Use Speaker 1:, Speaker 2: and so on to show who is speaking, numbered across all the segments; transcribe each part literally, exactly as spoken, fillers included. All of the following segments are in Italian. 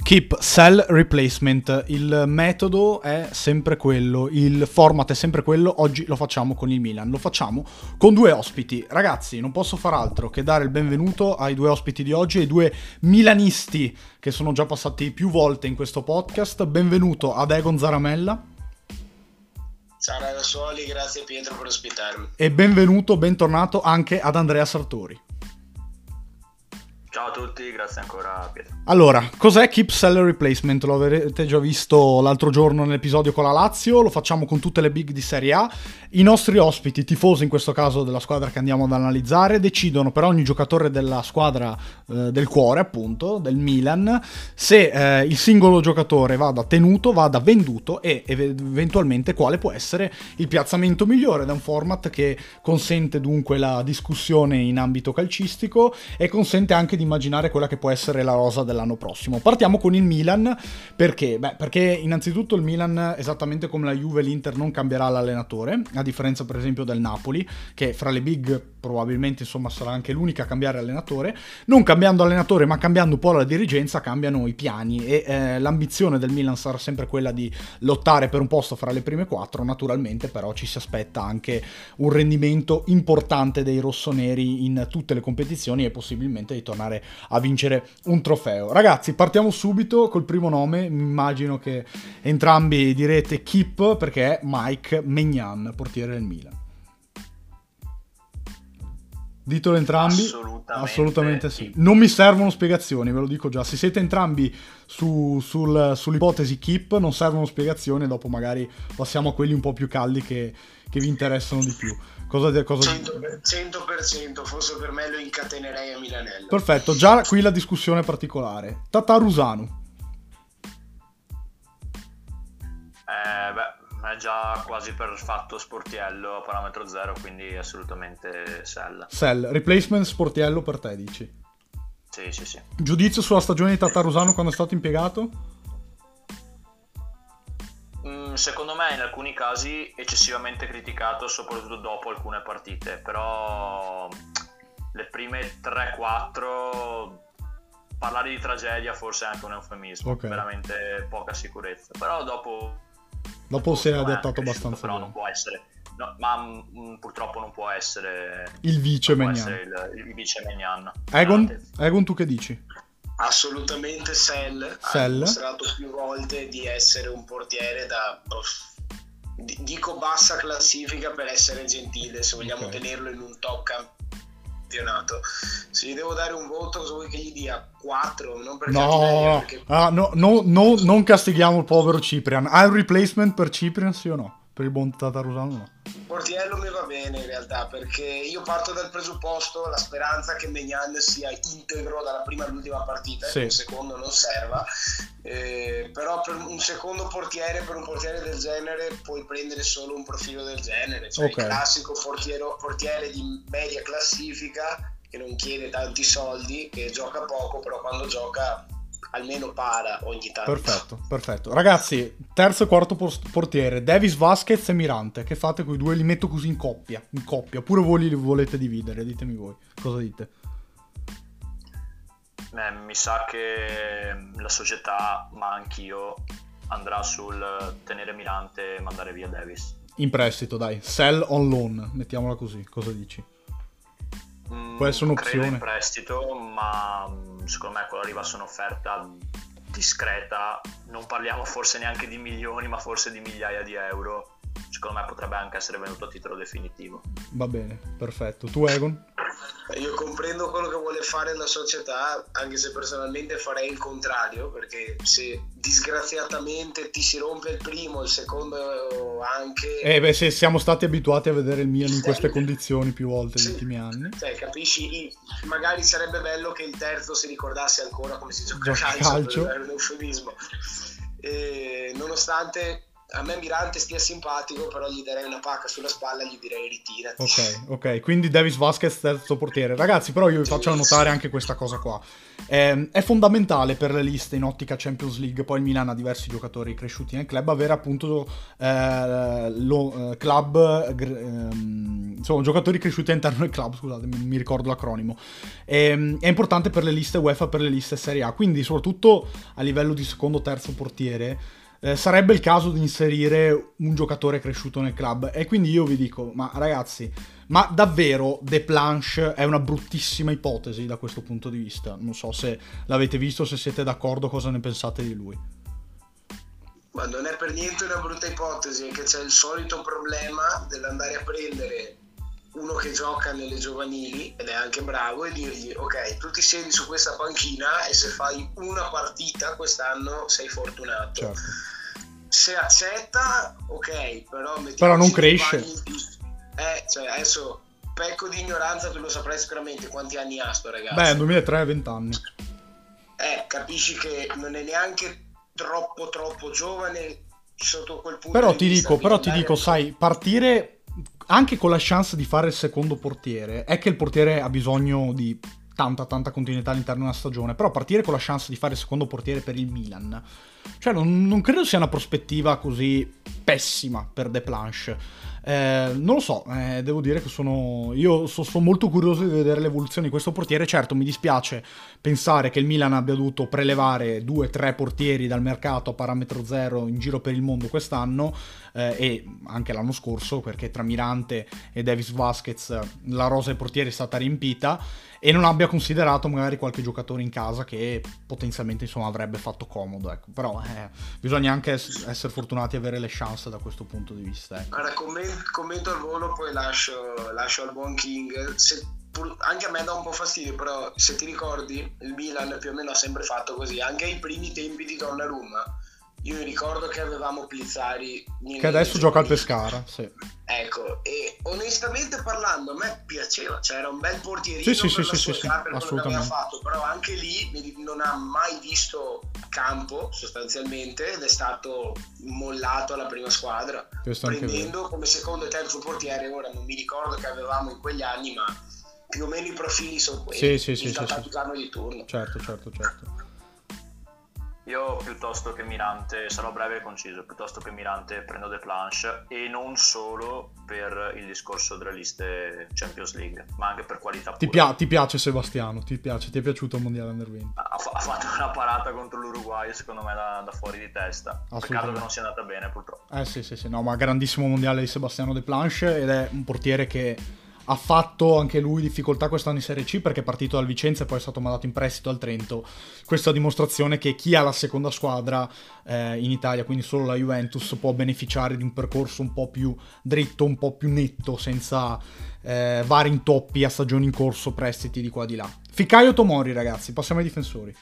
Speaker 1: Keep, sell, replacement. Il metodo è sempre quello, il format è sempre quello. Oggi lo facciamo con il Milan, lo facciamo con due ospiti. Ragazzi, non posso far altro che dare il benvenuto ai due ospiti di oggi, ai due milanisti che sono già passati più volte in questo podcast. Benvenuto ad Egon Zaramella.
Speaker 2: Ciao ragazzuoli, grazie Pietro per ospitarmi.
Speaker 1: E benvenuto, bentornato anche ad Andrea Sartori.
Speaker 3: Ciao a tutti, grazie ancora Pietro.
Speaker 1: Allora, cos'è Keep Seller Replacement? Lo avrete già visto l'altro giorno nell'episodio con la Lazio, lo facciamo con tutte le big di Serie A. I nostri ospiti, tifosi in questo caso della squadra che andiamo ad analizzare, decidono per ogni giocatore della squadra eh, del cuore, appunto, del Milan, se eh, il singolo giocatore vada tenuto, vada venduto e eventualmente quale può essere il piazzamento migliore. Da un format che consente dunque la discussione in ambito calcistico e consente anche di immaginare quella che può essere la rosa dell'anno prossimo. Partiamo con il Milan, perché? Beh, perché innanzitutto il Milan, esattamente come la Juve e l'Inter, non cambierà l'allenatore, a differenza per esempio del Napoli, che fra le big probabilmente insomma sarà anche l'unica a cambiare allenatore. Non cambiando allenatore ma cambiando un po' la dirigenza, cambiano i piani e eh, l'ambizione del Milan sarà sempre quella di lottare per un posto fra le prime quattro. Naturalmente però ci si aspetta anche un rendimento importante dei rossoneri in tutte le competizioni e possibilmente di tornare a vincere un trofeo. Ragazzi, partiamo subito col primo nome. Immagino che entrambi direte Keep, perché è Mike Maignan, portiere del Milan. Ditelo entrambi.
Speaker 3: Assolutamente,
Speaker 1: Assolutamente sì. Non mi servono spiegazioni, ve lo dico già. Se siete entrambi su, sul, sull'ipotesi Keep, non servono spiegazioni. Dopo magari passiamo a quelli un po' più caldi che, che vi interessano di più. Cosa, cosa...
Speaker 2: cento per cento, forse per me lo incatenerei a Milanello.
Speaker 1: Perfetto, già qui la discussione è particolare. Tatarusanu.
Speaker 3: Eh, beh, è già quasi perfetto Sportiello a parametro zero, quindi assolutamente sell.
Speaker 1: Sell, replacement Sportiello per te, dici?
Speaker 3: Sì, sì, sì.
Speaker 1: Giudizio sulla stagione di Tatarusanu quando è stato impiegato?
Speaker 3: Secondo me in alcuni casi eccessivamente criticato, soprattutto dopo alcune partite, però le prime tre quattro parlare di tragedia forse è anche un eufemismo, okay. Veramente poca sicurezza, però dopo
Speaker 1: dopo si è adattato abbastanza
Speaker 3: però
Speaker 1: bene.
Speaker 3: Non può essere, no, ma mh, purtroppo non può essere
Speaker 1: il vice Maignan.
Speaker 3: Il, il vice Maignan.
Speaker 1: Egon, Egon, tu che dici?
Speaker 2: Assolutamente Sell,
Speaker 1: Sell.
Speaker 2: Ha dimostrato più volte di essere un portiere da dico bassa classifica per essere gentile, se vogliamo okay. tenerlo in un top campionato. Se gli devo dare un voto, cosa vuoi che gli dia? quattro? Non per
Speaker 1: no, perché... ah, no, no, no, non castighiamo il povero Ciprian. Hai un replacement per Ciprian, sì o no? Per il buon Tatarusanu no.
Speaker 2: Portiello mi va bene in realtà, perché io parto dal presupposto, la speranza che Maignan sia integro dalla prima all'ultima partita, sì. Un secondo non serva, eh, però per un secondo portiere, per un portiere del genere puoi prendere solo un profilo del genere, cioè okay. Il classico portiero, portiere di media classifica che non chiede tanti soldi, che gioca poco, però quando gioca almeno para ogni tanto.
Speaker 1: Perfetto, perfetto. Ragazzi, terzo e quarto portiere, Davis, Vasquez e Mirante. Che fate con i due? Li metto così in coppia, in coppia. Oppure voi li volete dividere? Ditemi voi. Cosa dite?
Speaker 3: Eh, mi sa che la società, ma anch'io, andrà sul tenere Mirante e mandare via Davis.
Speaker 1: In prestito, dai. Sell on loan, mettiamola così. Cosa dici? Può essere un'opzione.
Speaker 3: Credo in prestito, ma secondo me quando arriva su un'offerta discreta, non parliamo forse neanche di milioni, ma forse di migliaia di euro, secondo me potrebbe anche essere venuto a titolo definitivo.
Speaker 1: Va bene, perfetto. Tu Egon?
Speaker 2: Io comprendo quello che vuole fare la società, anche se personalmente farei il contrario, perché se disgraziatamente ti si rompe il primo, il secondo anche...
Speaker 1: Eh beh, se siamo stati abituati a vedere il Milan in queste condizioni più volte
Speaker 2: sì.
Speaker 1: negli ultimi anni.
Speaker 2: Cioè, capisci? Magari sarebbe bello che il terzo si ricordasse ancora come si gioca a
Speaker 1: Gioca
Speaker 2: calcio,
Speaker 1: calcio.
Speaker 2: Per un eufemismo. E nonostante a me Mirante stia simpatico, però gli darei una pacca sulla spalla e gli direi ritirati.
Speaker 1: Ok, ok, quindi Davis Vasquez terzo portiere. Ragazzi, però io vi faccio notare anche questa cosa qua. Eh, è fondamentale per le liste in ottica Champions League, poi il Milan ha diversi giocatori cresciuti nel club, avere appunto eh, lo eh, club, eh, insomma, giocatori cresciuti all'interno del club, scusate, mi, mi ricordo l'acronimo. Eh, è importante per le liste UEFA, per le liste Serie A, quindi soprattutto a livello di secondo terzo portiere, Eh, sarebbe il caso di inserire un giocatore cresciuto nel club. E quindi io vi dico, ma ragazzi, ma davvero Desplanches è una bruttissima ipotesi da questo punto di vista? Non so se l'avete visto, se siete d'accordo, cosa ne pensate di lui.
Speaker 2: Ma non è per niente una brutta ipotesi, è che c'è il solito problema dell'andare a prendere uno che gioca nelle giovanili ed è anche bravo e dirgli ok, tu ti siedi su questa panchina e se fai una partita quest'anno sei fortunato.
Speaker 1: Certo.
Speaker 2: Se accetta, ok, però
Speaker 1: però non cresce.
Speaker 2: Eh, cioè adesso pecco di ignoranza, tu lo saprai sicuramente quanti anni ha sto ragazzo.
Speaker 1: Beh, duemilatré, venti anni.
Speaker 2: Eh, capisci che non è neanche troppo troppo giovane sotto quel punto
Speaker 1: però
Speaker 2: di
Speaker 1: ti
Speaker 2: vista.
Speaker 1: dico, però ti dico, sai, partire anche con la chance di fare il secondo portiere, è che il portiere ha bisogno di tanta tanta continuità all'interno di una stagione, però partire con la chance di fare il secondo portiere per il Milan, cioè non, non credo sia una prospettiva così pessima per Desplanches. Eh, non lo so, eh, devo dire che sono io so, sono molto curioso di vedere l'evoluzione di questo portiere. Certo, mi dispiace pensare che il Milan abbia dovuto prelevare due tre portieri dal mercato a parametro zero in giro per il mondo quest'anno, eh, e anche l'anno scorso, perché tra Mirante e Davis Vasquez la rosa dei portieri è stata riempita, e non abbia considerato magari qualche giocatore in casa che potenzialmente insomma avrebbe fatto comodo, ecco. Però eh, bisogna anche es- essere fortunati a avere le chance da questo punto di vista, ecco.
Speaker 2: Allora, commento, commento al volo, poi lascio, lascio al buon King. Se, pur, anche a me dà un po' fastidio, però se ti ricordi il Milan più o meno ha sempre fatto così, anche ai primi tempi di Donnarumma. Io mi ricordo che avevamo Plizzari
Speaker 1: che adesso gioca al Pescara, sì.
Speaker 2: Ecco, e onestamente parlando a me piaceva, cioè era un bel portierino,
Speaker 1: sì, sì,
Speaker 2: per
Speaker 1: sì,
Speaker 2: la
Speaker 1: sì,
Speaker 2: sua
Speaker 1: sì,
Speaker 2: età, per quello che aveva
Speaker 1: assolutamente
Speaker 2: fatto, però anche lì non ha mai visto campo sostanzialmente ed è stato mollato alla prima squadra, prendendo come secondo e terzo portiere. Ora non mi ricordo che avevamo in quegli anni, ma più o meno i profili sono quelli,
Speaker 1: sì, sì,
Speaker 2: il
Speaker 1: sì, sì,
Speaker 2: sì. di turno.
Speaker 1: Certo, certo, certo.
Speaker 3: Io piuttosto che Mirante, sarò breve e conciso, piuttosto che Mirante prendo Desplanches, e non solo per il discorso delle liste Champions League, ma anche per qualità pura.
Speaker 1: Ti, pia- ti piace Sebastiano, ti piace, ti è piaciuto il Mondiale Under venti?
Speaker 3: Ha, fa- ha fatto una parata contro l'Uruguay secondo me da, da fuori di testa, peccato che non sia andata bene purtroppo.
Speaker 1: Eh sì sì sì, no, ma grandissimo Mondiale di Sebastiano Desplanches, ed è un portiere che ha fatto anche lui difficoltà quest'anno in Serie C, perché è partito dal Vicenza e poi è stato mandato in prestito al Trento. Questa dimostrazione che chi ha la seconda squadra eh, in Italia, quindi solo la Juventus, può beneficiare di un percorso un po' più dritto, un po' più netto, senza eh, vari intoppi a stagioni in corso, prestiti di qua e di là. Fikayo Tomori, ragazzi, passiamo ai difensori.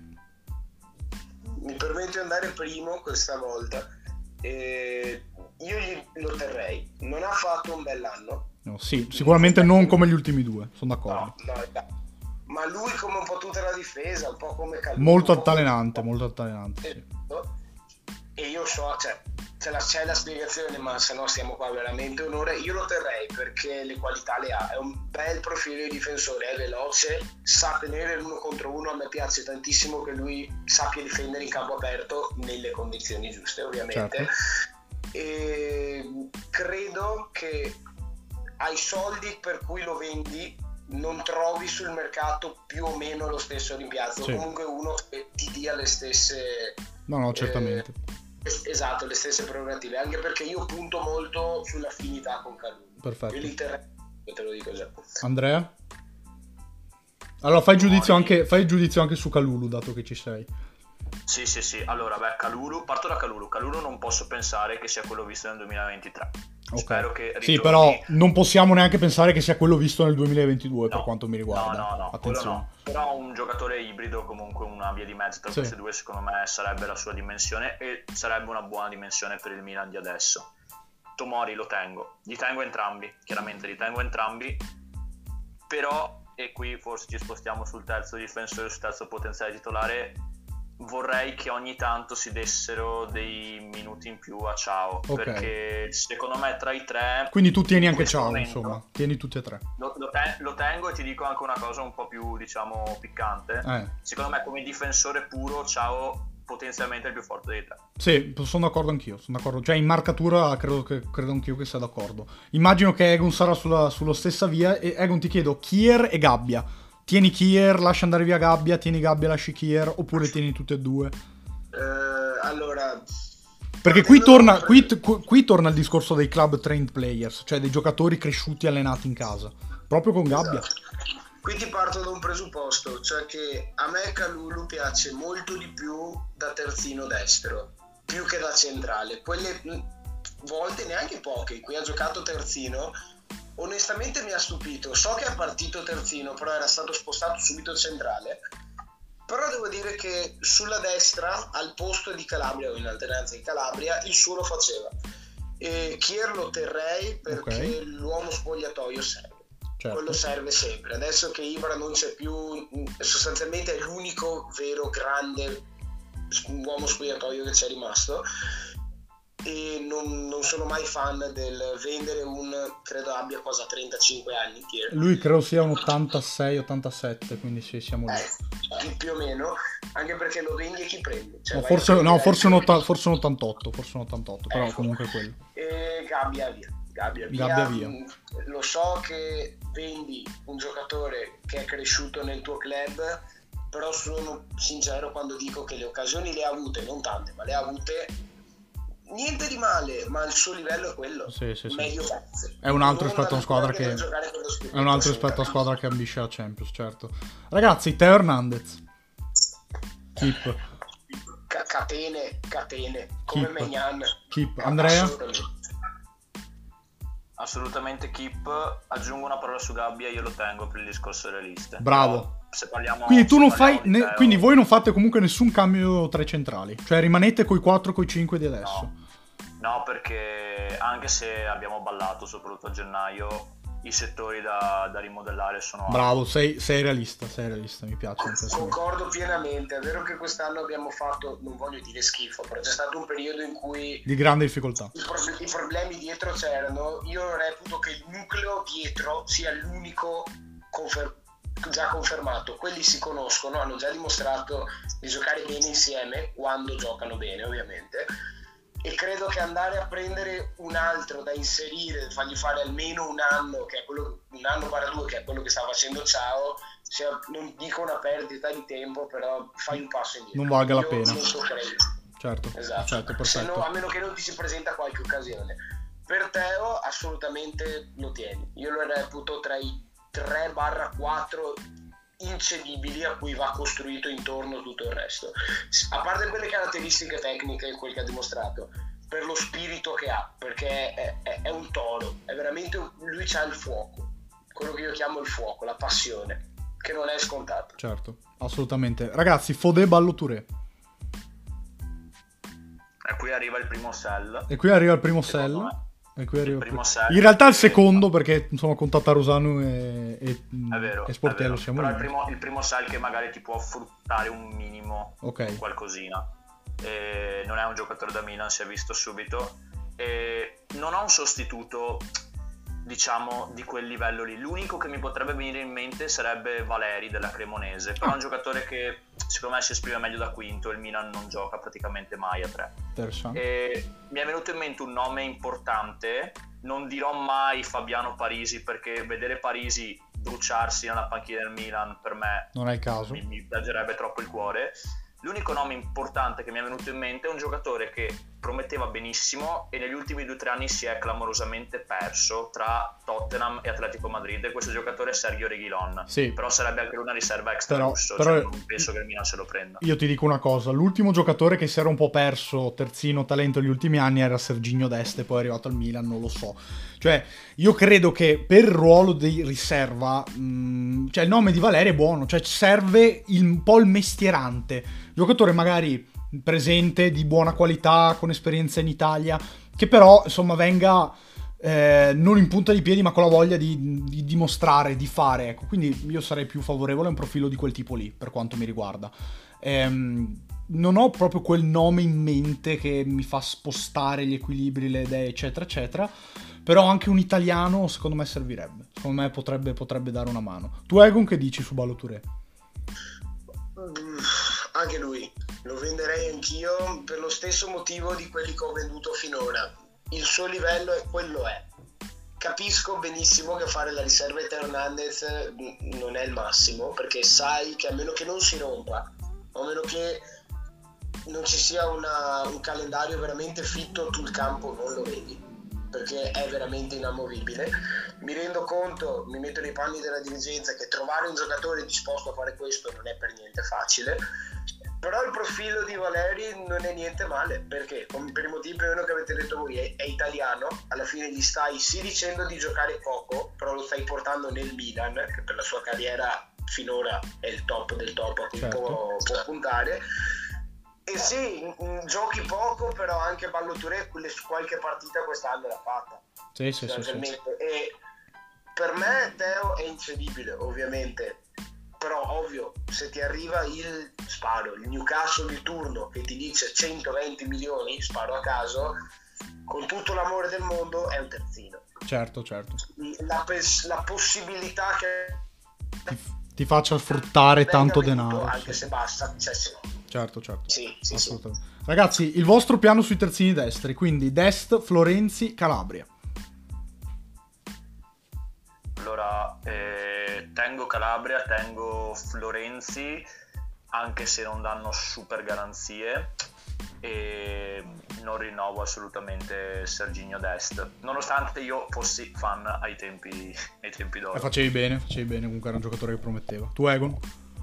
Speaker 2: Mi permetto di andare primo questa volta. Eh, io gli, lo terrei. Non ha fatto un bell'anno.
Speaker 1: No, sì, sicuramente non come gli ultimi due, sono d'accordo.
Speaker 2: No, no, ma lui, come un po' tutta la difesa, un po' come Calulu,
Speaker 1: molto altalenante, come... molto altalenante, sì.
Speaker 2: E io so, cioè, c'è la, c'è la spiegazione, ma se no stiamo qua veramente un'ora. Io lo terrei perché le qualità le ha, è un bel profilo di difensore, è veloce, sa tenere l'uno contro uno. A me piace tantissimo che lui sappia difendere in campo aperto nelle condizioni giuste, ovviamente. Certo. E credo che ai soldi per cui lo vendi non trovi sul mercato più o meno lo stesso rimpiazzo, sì. Comunque uno che ti dia le stesse
Speaker 1: no no certamente
Speaker 2: eh, es- esatto le stesse prerogative, anche perché io punto molto sull'affinità con Calulu.
Speaker 1: Perfetto,
Speaker 2: io li terrei, te lo dico già.
Speaker 1: Andrea? Allora fai giudizio anche fai giudizio anche su Calulu, dato che ci sei.
Speaker 3: Sì, sì, sì. Allora, beh, Calulu, parto da Calulu. Calulu non posso pensare che sia quello visto nel duemilaventitré. Okay. Spero che ritorni... Sì,
Speaker 1: però non possiamo neanche pensare che sia quello visto nel duemilaventidue, no, per quanto mi riguarda.
Speaker 3: No, no, no,
Speaker 1: attenzione.
Speaker 3: No. Però un giocatore ibrido, comunque una via di mezzo tra sì. queste due, secondo me sarebbe la sua dimensione e sarebbe una buona dimensione per il Milan di adesso. Tomori lo tengo. Li tengo entrambi, chiaramente li tengo entrambi. Però, e qui forse ci spostiamo sul terzo difensore, sul terzo potenziale titolare, vorrei che ogni tanto si dessero dei minuti in più a Ciao, okay. Perché secondo me tra i tre...
Speaker 1: Quindi tu tieni anche Ciao, momento, insomma, tieni tutti e tre.
Speaker 3: Lo, lo, ten- lo tengo, e ti dico anche una cosa un po' più, diciamo, piccante.
Speaker 1: Eh.
Speaker 3: Secondo me come difensore puro Ciao potenzialmente è il più forte dei tre.
Speaker 1: Sì, sono d'accordo anch'io, sono d'accordo. Cioè in marcatura credo, che, credo anch'io che sia d'accordo. Immagino che Egon sarà sulla, sulla stessa via, e Egon ti chiedo Kier e Gabbia. Tieni Kier, lascia andare via Gabbia, tieni Gabbia, lasci Kier, oppure tieni tutti e due?
Speaker 2: Uh, allora...
Speaker 1: Perché qui torna, qui, qui torna il discorso dei club trained players, cioè dei giocatori cresciuti, allenati in casa, proprio con Gabbia.
Speaker 2: Esatto. Qui ti parto da un presupposto, cioè che a me Kalulu piace molto di più da terzino destro, più che da centrale. Quelle volte, neanche poche, in cui ha giocato terzino, onestamente mi ha stupito. So che è partito terzino, però era stato spostato subito centrale. Però devo dire che sulla destra, al posto di Calabria o in alternanza di Calabria, il suo lo faceva. E Kier lo terrei perché okay. L'uomo spogliatoio serve. Certo. Quello serve sempre. Adesso che Ibra non c'è più, sostanzialmente è l'unico vero grande uomo spogliatoio che c'è rimasto, e non, non sono mai fan del vendere un, credo abbia cosa trentacinque anni Kier.
Speaker 1: Lui credo sia un ottantasei ottantasette, quindi sì, siamo lì.
Speaker 2: Eh, più o meno, anche perché lo vendi e chi prende? Cioè,
Speaker 1: no, forse, no, forse, un otta, forse un ottantotto, forse un ottantotto, però ecco. Comunque quello.
Speaker 2: E Gabbia via. Gabbia via.
Speaker 1: Gabbia via.
Speaker 2: Lo so che vendi un giocatore che è cresciuto nel tuo club, però sono sincero quando dico che le occasioni le ha avute, non tante, ma le ha avute, niente di male, ma il suo livello è quello.
Speaker 1: Sì, sì, sì.
Speaker 2: Meglio pezze.
Speaker 1: È un altro rispetto a una squadra che è un altro rispetto a squadra che ambisce la Champions, certo. Ragazzi, Teo Hernandez. Keep.
Speaker 2: C- catene, catene, come
Speaker 1: Keep.
Speaker 2: Maignan.
Speaker 1: Keep. Andrea?
Speaker 3: Assolutamente. Assolutamente keep. Aggiungo una parola su Gabbia, io lo tengo per il discorso delle liste.
Speaker 1: Bravo.
Speaker 3: Però, se parliamo,
Speaker 1: quindi tu
Speaker 3: se
Speaker 1: non fai ne,
Speaker 3: Teo...
Speaker 1: quindi voi non fate comunque nessun cambio tra i centrali, cioè rimanete coi quattro, coi cinque di adesso.
Speaker 3: No. no, perché anche se abbiamo ballato soprattutto a gennaio, i settori da, da rimodellare sono
Speaker 1: bravo altri. sei, sei realista sei realista mi piace.
Speaker 2: Concordo pienamente. È vero che quest'anno abbiamo fatto, non voglio dire schifo, però c'è stato un periodo in cui
Speaker 1: di grande difficoltà
Speaker 2: i, pro- i problemi dietro c'erano. Io reputo che il nucleo dietro sia l'unico confer- già confermato. Quelli si conoscono, hanno già dimostrato di giocare bene insieme quando giocano bene, ovviamente. E credo che andare a prendere un altro da inserire, fargli fare almeno un anno, che è quello, un anno barra due, che è quello che sta facendo Ciao, sia, non dico una perdita di tempo, però fai un passo indietro.
Speaker 1: Non valga
Speaker 2: Io
Speaker 1: la pena.
Speaker 2: Non so credo.
Speaker 1: Certo,
Speaker 2: esatto.
Speaker 1: certo, perfetto.
Speaker 2: No, a meno che non ti si presenta qualche occasione. Per Teo assolutamente lo tieni. Io lo reputo tra i tre barra quattro incedibili a cui va costruito intorno tutto il resto, a parte quelle caratteristiche tecniche e quel che ha dimostrato, per lo spirito che ha, perché è, è, è un toro, è veramente un, lui c'ha il fuoco, quello che io chiamo il fuoco, la passione, che non è scontato.
Speaker 1: Certo, assolutamente. Ragazzi, Fodé, Ballo, Touré.
Speaker 3: E qui arriva il primo sell.
Speaker 1: E qui arriva il primo sell. Me. E qui arriva
Speaker 3: il primo
Speaker 1: sell. In realtà il secondo, perché insomma con Tatarusanu e, e,
Speaker 3: è vero,
Speaker 1: e Sportello
Speaker 3: è vero.
Speaker 1: siamo
Speaker 3: però
Speaker 1: lì.
Speaker 3: il primo, il primo sell che magari ti può fruttare un minimo,
Speaker 1: okay.
Speaker 3: qualcosina. E non è un giocatore da Milan, si è visto subito. E non ho un sostituto, diciamo, di quel livello lì. L'unico che mi potrebbe venire in mente sarebbe Valeri della Cremonese, però è un giocatore che secondo me si esprime meglio da quinto. Il Milan non gioca praticamente mai a tre. E mi è venuto in mente un nome importante, non dirò mai Fabiano Parisi, perché vedere Parisi bruciarsi nella panchina del Milan per me
Speaker 1: non è il caso,
Speaker 3: mi, mi piacerebbe troppo il cuore. L'unico nome importante che mi è venuto in mente è un giocatore che prometteva benissimo e negli ultimi due o tre anni si è clamorosamente perso tra Tottenham e Atletico Madrid, e questo giocatore è Sergio Reguilon.
Speaker 1: Sì.
Speaker 3: Però sarebbe anche una riserva extra
Speaker 1: però,
Speaker 3: russo,
Speaker 1: però
Speaker 3: cioè non penso che il Milan se lo prenda.
Speaker 1: Io ti dico una cosa, l'ultimo giocatore che si era un po' perso terzino talento negli ultimi anni era Serginho Dest, e poi è arrivato al Milan, non lo so. Cioè, io credo che per il ruolo di riserva, mh, cioè il nome di Valeri è buono, cioè serve il, un po' il mestierante, giocatore magari presente, di buona qualità, con esperienza in Italia, che però insomma venga eh, non in punta di piedi ma con la voglia di, di dimostrare, di fare, ecco. Quindi io sarei più favorevole a un profilo di quel tipo lì per quanto mi riguarda. ehm, non ho proprio quel nome in mente che mi fa spostare gli equilibri, le idee, eccetera, eccetera. Però anche un italiano, secondo me, servirebbe. Secondo me potrebbe, potrebbe dare una mano. Tu, Egon, che dici su Ballo Touré?
Speaker 2: Mm, anche lui. Lo venderei anch'io per lo stesso motivo di quelli che ho venduto finora. Il suo livello è quello è. Capisco benissimo che fare la riserva Hernandez non è il massimo, perché sai che a meno che non si rompa, a meno che non ci sia una, un calendario veramente fitto, tu il campo non lo vedi, perché è veramente inamovibile. Mi rendo conto, mi metto nei panni della dirigenza, che trovare un giocatore disposto a fare questo non è per niente facile, però il profilo di Valeri non è niente male, perché per i motivi più o meno che avete detto voi, è, è italiano, alla fine gli stai sì dicendo di giocare poco, però lo stai portando nel Milan, che per la sua carriera finora è il top del top a cui certo. può, può puntare. E sì, giochi poco, però anche Ballo Touré qualche partita quest'anno l'ha fatta.
Speaker 1: Sì, sì, sì, sì.
Speaker 2: E per me Teo è incedibile, ovviamente. Però ovvio, se ti arriva il sparo, il Newcastle di turno che ti dice centoventi milioni, sparo a caso, con tutto l'amore del mondo è un terzino.
Speaker 1: Certo, certo.
Speaker 2: La, la possibilità che
Speaker 1: ti, ti faccia fruttare tanto denaro.
Speaker 2: Anche
Speaker 1: sì.
Speaker 2: se basta, cioè sì.
Speaker 1: Certo, certo.
Speaker 2: Sì, sì,
Speaker 1: assolutamente. Sì. Ragazzi, il vostro piano sui terzini destri, quindi Dest, Florenzi, Calabria.
Speaker 3: Allora, eh, tengo Calabria, tengo Florenzi, anche se non danno super garanzie, e non rinnovo assolutamente Serginho Dest, nonostante io fossi fan ai tempi, ai tempi d'oro.
Speaker 1: E facevi bene, facevi bene, comunque era un giocatore che prometteva. Tu, Egon?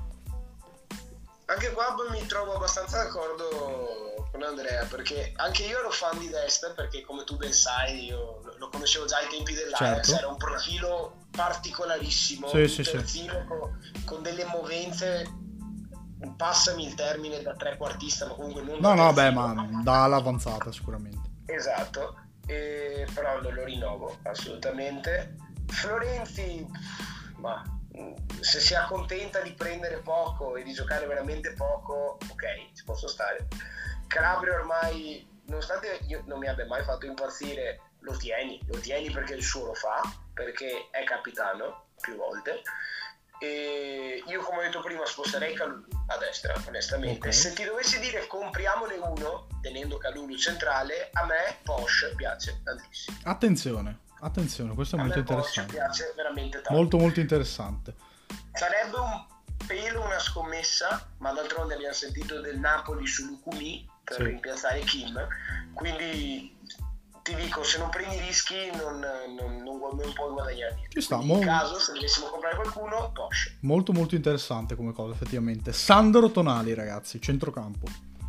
Speaker 2: Anche qua mi trovo abbastanza d'accordo con Andrea, perché anche io ero fan di Dest, perché come tu ben sai io lo conoscevo già ai tempi dell'Ajax, certo. Era un profilo particolarissimo,
Speaker 1: sì,
Speaker 2: un
Speaker 1: sì,
Speaker 2: terzino
Speaker 1: sì.
Speaker 2: Con, con delle movenze, passami il termine da trequartista, ma comunque non
Speaker 1: no
Speaker 2: da
Speaker 1: no beh ma da all'avanzata sicuramente,
Speaker 2: esatto, e, però non lo rinnovo assolutamente. Florenzi, ma se si accontenta di prendere poco e di giocare veramente poco, ok, ci posso stare. Calabria ormai, nonostante io non mi abbia mai fatto impazzire, lo tieni, lo tieni perché il suo lo fa, perché è capitano più volte. E io, come ho detto prima, sposterei Kalulu a destra, onestamente. Okay. Se ti dovessi dire compriamone uno tenendo Kalulu centrale, a me Posh piace tantissimo.
Speaker 1: Attenzione, attenzione, questo è
Speaker 2: a
Speaker 1: molto
Speaker 2: me
Speaker 1: interessante.
Speaker 2: Posh piace veramente tanto.
Speaker 1: Molto molto interessante.
Speaker 2: Sarebbe un pelo una scommessa, ma d'altronde abbiamo sentito del Napoli su Lukumi per sì. rimpiazzare Kim, quindi ti dico, se non prendi rischi non, non, non, non puoi guadagnare niente.
Speaker 1: Ci sta,
Speaker 2: in
Speaker 1: mo-
Speaker 2: caso, se dovessimo comprare qualcuno, Porsche.
Speaker 1: Molto molto interessante come cosa, effettivamente. Sandro Tonali, ragazzi, centrocampo.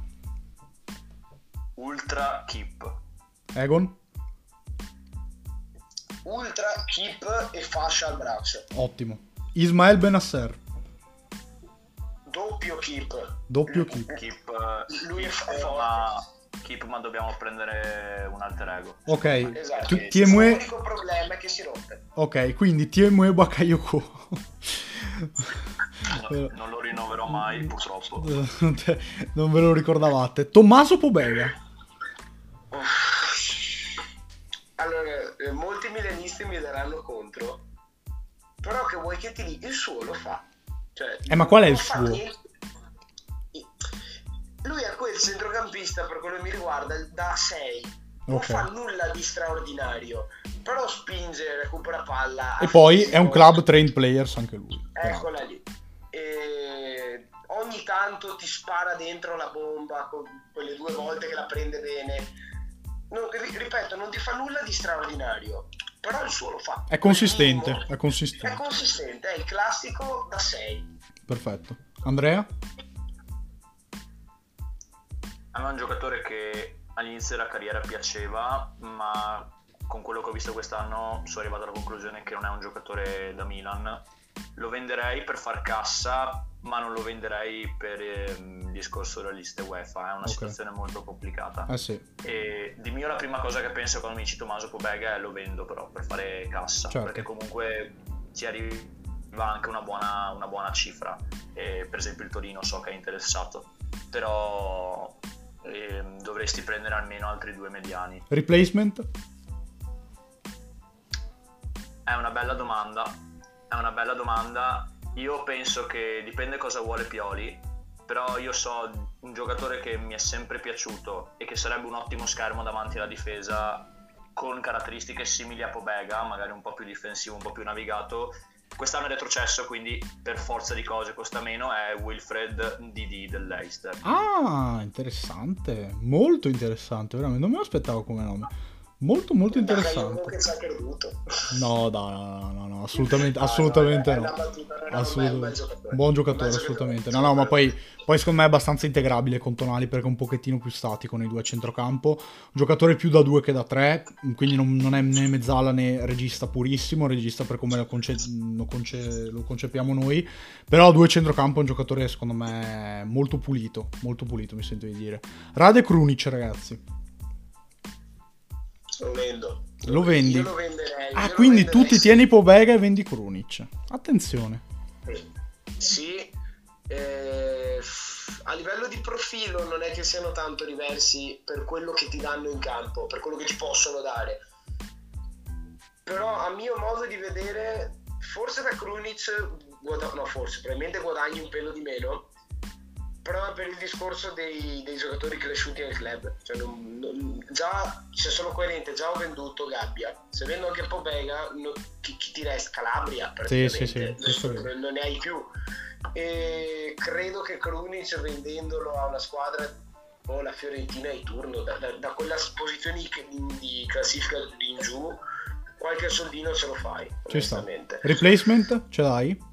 Speaker 3: Ultra keep.
Speaker 1: Egon?
Speaker 2: Ultra keep e fascia al braccio.
Speaker 1: Ottimo. Ismael Benasser.
Speaker 2: Doppio keep.
Speaker 1: Doppio keep.
Speaker 3: keep
Speaker 2: Lui è forte.
Speaker 3: Ma... Keep, ma dobbiamo prendere un alter ego.
Speaker 1: Ok,
Speaker 2: esatto.
Speaker 1: T- Tiemue...
Speaker 2: L'unico problema è che si rompe.
Speaker 1: Ok, quindi Tiemue Bakayoko.
Speaker 3: no, non lo rinnoverò mai, purtroppo.
Speaker 1: Non ve lo ricordavate. Tommaso Pobega.
Speaker 2: Allora, molti milanisti mi daranno contro, però che vuoi che ti dica, il suo lo fa. Cioè,
Speaker 1: eh, ma qual è il suo?
Speaker 2: Niente. Lui è quel centrocampista, per quello che mi riguarda, da sei. Non okay. fa nulla di straordinario, però spinge, recupera palla.
Speaker 1: E poi fisico. È un club trained players anche lui.
Speaker 2: Eccola lì. E ogni tanto ti spara dentro la bomba, con quelle due volte che la prende bene. Non, ripeto, non ti fa nulla di straordinario, però il suo lo fa.
Speaker 1: È consistente,
Speaker 2: minimo,
Speaker 1: è consistente.
Speaker 2: È consistente, è il classico da sei.
Speaker 1: Perfetto. Andrea?
Speaker 3: A me è un giocatore che all'inizio della carriera piaceva, ma con quello che ho visto quest'anno sono arrivato alla conclusione che non è un giocatore da Milan. Lo venderei per far cassa, ma non lo venderei per eh, il discorso delle liste UEFA. È una okay. situazione molto complicata.
Speaker 1: Ah, sì.
Speaker 3: E di mio la prima cosa che penso quando mi dici Tommaso Pobega è lo vendo però per fare cassa, certo. perché comunque ci arriva anche una buona, una buona cifra. E per esempio il Torino so che è interessato. però eh, dovresti prendere almeno altri due mediani.
Speaker 1: Replacement?
Speaker 3: È una bella domanda, è una bella domanda. Io penso che dipende cosa vuole Pioli, però io so un giocatore che mi è sempre piaciuto e che sarebbe un ottimo schermo davanti alla difesa, con caratteristiche simili a Pobega, magari un po' più difensivo, un po' più navigato. Quest'anno è retrocesso, quindi per forza di cose costa meno, è Wilfred D D dell'Leicester.
Speaker 1: Ah, interessante, molto interessante, veramente, non me lo aspettavo come nome. Molto molto interessante.
Speaker 2: Che ci ha perduto.
Speaker 1: No, no, no, no, no, assolutamente, ah, assolutamente no.
Speaker 2: no.
Speaker 1: Assolutamente. Giocatore. Buon giocatore, assolutamente. No, no, ma poi, poi secondo me è abbastanza integrabile con Tonali, perché è un pochettino più statico nei due a centrocampo. Un giocatore più da due che da tre, quindi non, non è né mezzala né regista purissimo, regista per come lo, conce- lo, conce- lo concepiamo noi. Però a due centrocampo è un giocatore secondo me molto pulito, molto pulito mi sento di dire. Rade Krunic, ragazzi.
Speaker 2: Lo vendo.
Speaker 1: Lo vendi?
Speaker 2: Io lo venderei.
Speaker 1: Ah,
Speaker 2: io
Speaker 1: quindi
Speaker 2: venderei,
Speaker 1: tu ti
Speaker 2: sì.
Speaker 1: tieni Pobega e vendi Krunic. Attenzione.
Speaker 2: Sì. Eh, a livello di profilo non è che siano tanto diversi per quello che ti danno in campo, per quello che ti possono dare. Però a mio modo di vedere, forse da Krunic guada- no, forse, probabilmente guadagni un pelo di meno, però per il discorso dei, dei giocatori cresciuti nel club, cioè non, non, già se sono coerente, già ho venduto Gabbia, se vendo anche Pobega, no, chi, chi ti resta? Calabria praticamente,
Speaker 1: sì, sì, sì,
Speaker 2: non, non ne hai più, e credo che Krunic vendendolo a una squadra o oh, la Fiorentina di turno, da, da, da quella posizione di, di classifica in giù, qualche soldino ce lo fai.
Speaker 1: Ci sta. Replacement ce l'hai?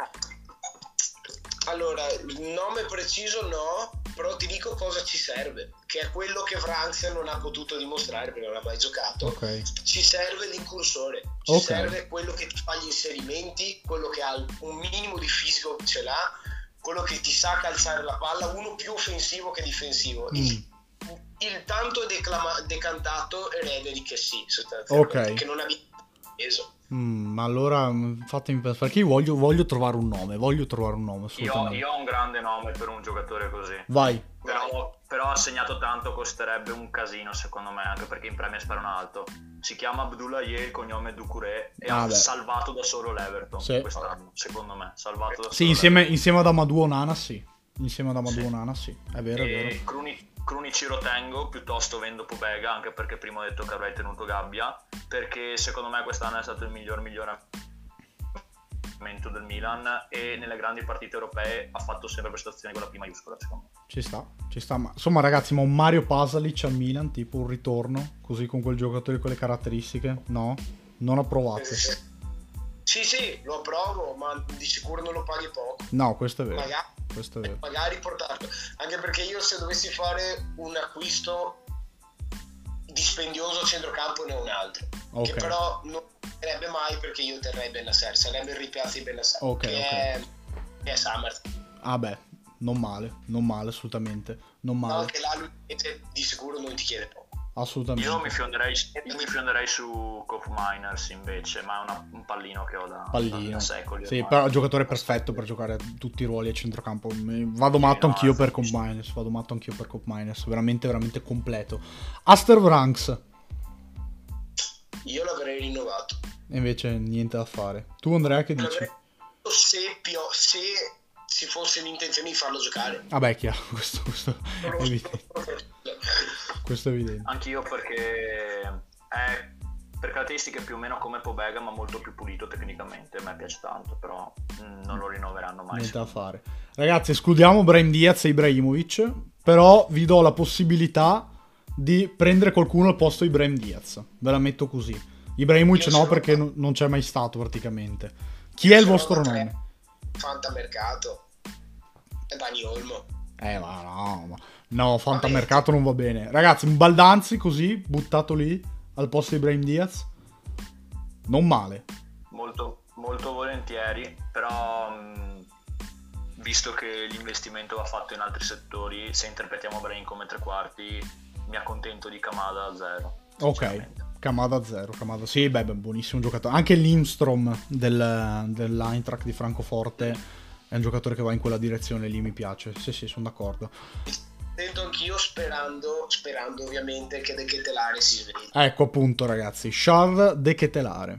Speaker 2: Allora, nome preciso no, però ti dico cosa ci serve, che è quello che Franks non ha potuto dimostrare perché non ha mai giocato.
Speaker 1: Okay.
Speaker 2: Ci serve l'incursore, ci
Speaker 1: okay.
Speaker 2: serve quello che ti fa gli inserimenti, quello che ha un minimo di fisico ce l'ha, quello che ti sa calciare la palla, uno più offensivo che difensivo. Mm. Il, il tanto declama- decantato erede di che sì, sostanzialmente,
Speaker 1: okay.
Speaker 2: che non ha preso.
Speaker 1: Mm, ma allora fatemi pensare, perché io voglio, voglio trovare un nome, voglio trovare un nome.
Speaker 3: Io, io ho un grande nome per un giocatore così.
Speaker 1: Vai.
Speaker 3: Però, però ha segnato tanto, costerebbe un casino secondo me, anche perché in Premier sparano alto. Si chiama Abdoulaye, il cognome è Doucouré, e ah, ha beh. salvato da solo l'Everton sì. quest'anno, secondo me. Salvato da
Speaker 1: sì,
Speaker 3: solo
Speaker 1: insieme, insieme ad Amadou Onana sì. Insieme ad Amadou sì. Onana sì, è vero,
Speaker 3: e
Speaker 1: è vero.
Speaker 3: Krunic Krunic lo tengo, piuttosto vendo Pobega, anche perché prima ho detto che avrei tenuto Gabbia, perché secondo me quest'anno è stato il miglior miglioramento del Milan e nelle grandi partite europee ha fatto sempre prestazioni con la P maiuscola, secondo me.
Speaker 1: Ci sta, ci sta, ma insomma ragazzi, ma un Mario Pasalic al Milan, tipo un ritorno, così con quel giocatore, quelle caratteristiche, no? Non approvate?
Speaker 2: Sì, sì, lo approvo, ma di sicuro non lo paghi poco.
Speaker 1: No, questo è vero.
Speaker 2: Magari,
Speaker 1: questo è vero.
Speaker 2: magari portarlo, anche perché io se dovessi fare un acquisto dispendioso a centrocampo ne ho un altro, okay. che però non sarebbe mai, perché io terrei Bennacer, sarebbe il ripiazzo di Bennacer, okay, che, okay. È, che è Summer.
Speaker 1: Ah beh, non male, non male assolutamente, non male.
Speaker 2: No, che là lui di sicuro non ti chiede poco.
Speaker 1: Assolutamente.
Speaker 3: Io mi fionderei, io mi fionderei su Kof Miners invece, ma è una, un pallino che ho da,
Speaker 1: pallino.
Speaker 3: da secoli.
Speaker 1: Sì, però è un giocatore perfetto per giocare tutti i ruoli a centrocampo. Vado matto sì, anch'io no, per Kof Miners, vado matto anch'io per Kof Miners, veramente veramente completo. Aster Vranks.
Speaker 2: Io l'avrei rinnovato.
Speaker 1: E invece niente da fare. Tu Andrea che dici?
Speaker 2: Se, pio- se ci fosse l'intenzione di farlo giocare.
Speaker 1: Vabbè, ah chiaro, questo, questo è evidente. Questo è evidente.
Speaker 3: Anch'io perché è per caratteristiche più o meno come Pobega, ma molto più pulito tecnicamente. A me piace tanto, però mh, non lo rinnoveranno mai.
Speaker 1: Niente da fare. Ragazzi, escludiamo Brahim Diaz e Ibrahimovic, però vi do la possibilità di prendere qualcuno al posto di Brahim Diaz. Ve la metto così. Ibrahimovic no, perché no, non c'è mai stato praticamente. Chi è il vostro nome?
Speaker 2: Fantamercato. È Dani Olmo.
Speaker 1: Eh ma no, ma... no, fantamercato non va bene. Ragazzi, un Baldanzi così, buttato lì, al posto di Brahim Diaz. Non male.
Speaker 3: Molto, molto volentieri, però mh, visto che l'investimento va fatto in altri settori, se interpretiamo Brahim come tre quarti, mi accontento di Kamada a zero.
Speaker 1: Ok, Kamada a zero, Kamada. Sì, beh, beh, buonissimo giocatore. Anche Lindstrom del, dell'Eintracht di Francoforte È un giocatore che va in quella direzione lì, mi piace. Sì, sì, sono d'accordo.
Speaker 2: Sento anch'io, sperando, sperando ovviamente che De Ketelaere si svegli.
Speaker 1: Ecco appunto, ragazzi, Charles De Ketelaere.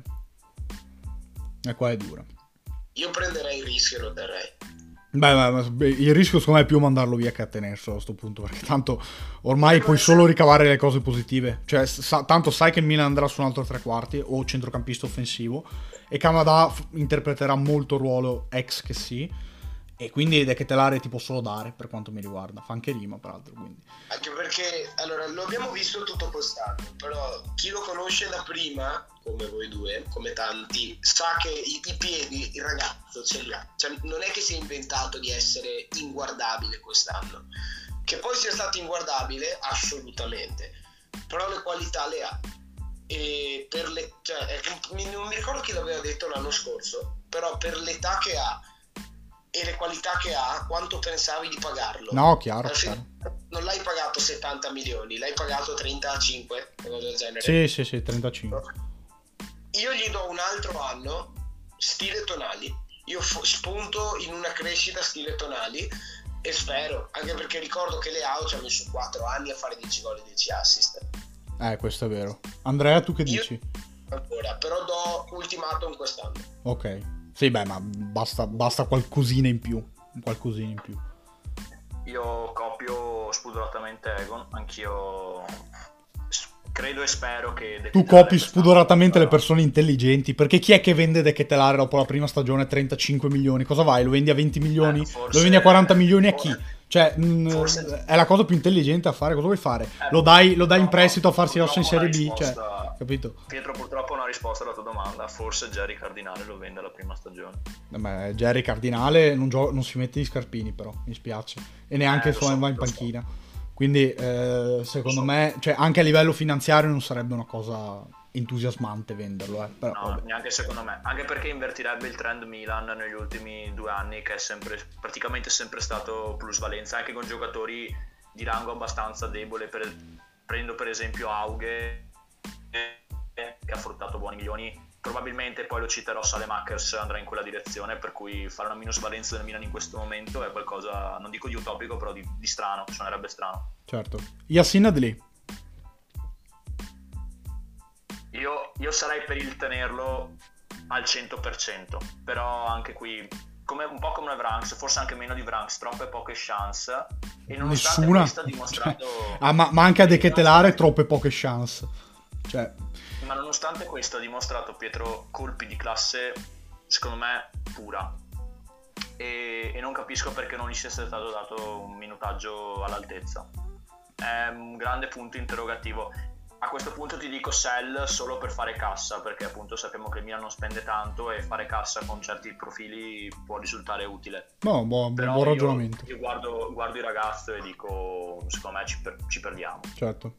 Speaker 1: E qua è dura.
Speaker 2: Io prenderei il rischio e lo terrei.
Speaker 1: Beh, beh, il rischio secondo me è più mandarlo via che a tenerselo a questo punto, perché tanto ormai puoi solo ricavare le cose positive. Cioè, sa, tanto sai che il Milan andrà su un altro tre quarti o centrocampista offensivo, e Kamada f- interpreterà molto ruolo ex che sì, e quindi De Ketelaere ti posso solo dare, per quanto mi riguarda. Fa anche rima, peraltro, quindi.
Speaker 2: Anche perché, allora, lo abbiamo visto tutto quest'anno, però chi lo conosce da prima, come voi due, come tanti, sa che i, i piedi il ragazzo ce li ha. Cioè, non è che si è inventato di essere inguardabile quest'anno. Che poi sia stato inguardabile, assolutamente, però le qualità le ha. E per le, cioè, non mi ricordo chi l'aveva detto l'anno scorso, però per l'età che ha e le qualità che ha, quanto pensavi di pagarlo?
Speaker 1: No, chiaro,
Speaker 2: Alla fine,
Speaker 1: chiaro.
Speaker 2: Non l'hai pagato settanta milioni, l'hai pagato trentacinque, cosa del genere.
Speaker 1: Sì, sì, sì, trentacinque.
Speaker 2: Io gli do un altro anno, stile Tonali. Io f- spunto in una crescita stile Tonali e spero, anche perché ricordo che Leao ci ha messo quattro anni a fare dieci gol e dieci assist.
Speaker 1: Eh, questo è vero. Andrea, tu che
Speaker 2: Io,
Speaker 1: dici?
Speaker 2: Ancora, però do ultimatum quest'anno.
Speaker 1: Ok. Sì, beh, ma basta, basta qualcosina in più. Qualcosina in più.
Speaker 3: Io copio spudoratamente Egon, anch'io credo e spero che De
Speaker 1: tu copi spudoratamente le persone intelligenti, perché chi è che vende De Ketelaere dopo la prima stagione trentacinque milioni? Cosa vai? Lo vendi a venti milioni? Eh, forse, lo vendi a quaranta milioni a chi? Cioè, forse, è la cosa più intelligente a fare. Cosa vuoi fare? Eh, lo dai, lo dai in prestito a farsi l'osso in Serie B? Cioè, capito?
Speaker 3: Pietro, purtroppo una risposta alla tua domanda. Forse Jerry Cardinale lo vende alla prima stagione.
Speaker 1: Beh, Jerry Cardinale non, gio- non si mette gli scarpini, però mi spiace, e neanche eh, so, va in panchina. So. Quindi eh, secondo so. me, cioè, anche a livello finanziario non sarebbe una cosa entusiasmante venderlo, eh. Però,
Speaker 3: no, vabbè. Neanche secondo me, anche perché invertirebbe il trend Milan negli ultimi due anni, che è sempre praticamente sempre stato plusvalenza, anche con giocatori di rango abbastanza debole. Per, prendo per esempio Auge, che ha fruttato buoni milioni. Probabilmente poi lo citerò, Saelemaekers andrà in quella direzione, per cui fare una minusvalenza del Milan in questo momento è qualcosa, non dico di utopico, però di, di strano, suonerebbe strano.
Speaker 1: Certo. Yacine Adli.
Speaker 3: Io, io sarei per il tenerlo al cento per cento, però anche qui, come, un po' come Vranks, forse anche meno di Vranks, troppe poche chance, e nonostante
Speaker 1: Nessuna.
Speaker 3: questo ha dimostrato...
Speaker 1: Cioè, ah, ma, ma anche a De Ketelaere troppe poche chance. Cioè...
Speaker 3: Ma nonostante questo ha dimostrato, Pietro, colpi di classe secondo me pura, e, e non capisco perché non gli sia stato dato un minutaggio all'altezza. È un grande punto interrogativo. A questo punto ti dico sell solo per fare cassa, perché appunto sappiamo che il Milan non spende tanto e fare cassa con certi profili può risultare utile.
Speaker 1: No, buon, buon ragionamento.
Speaker 3: Io, io guardo, guardo il ragazzo e dico, secondo me ci, per, ci perdiamo.
Speaker 1: Certo.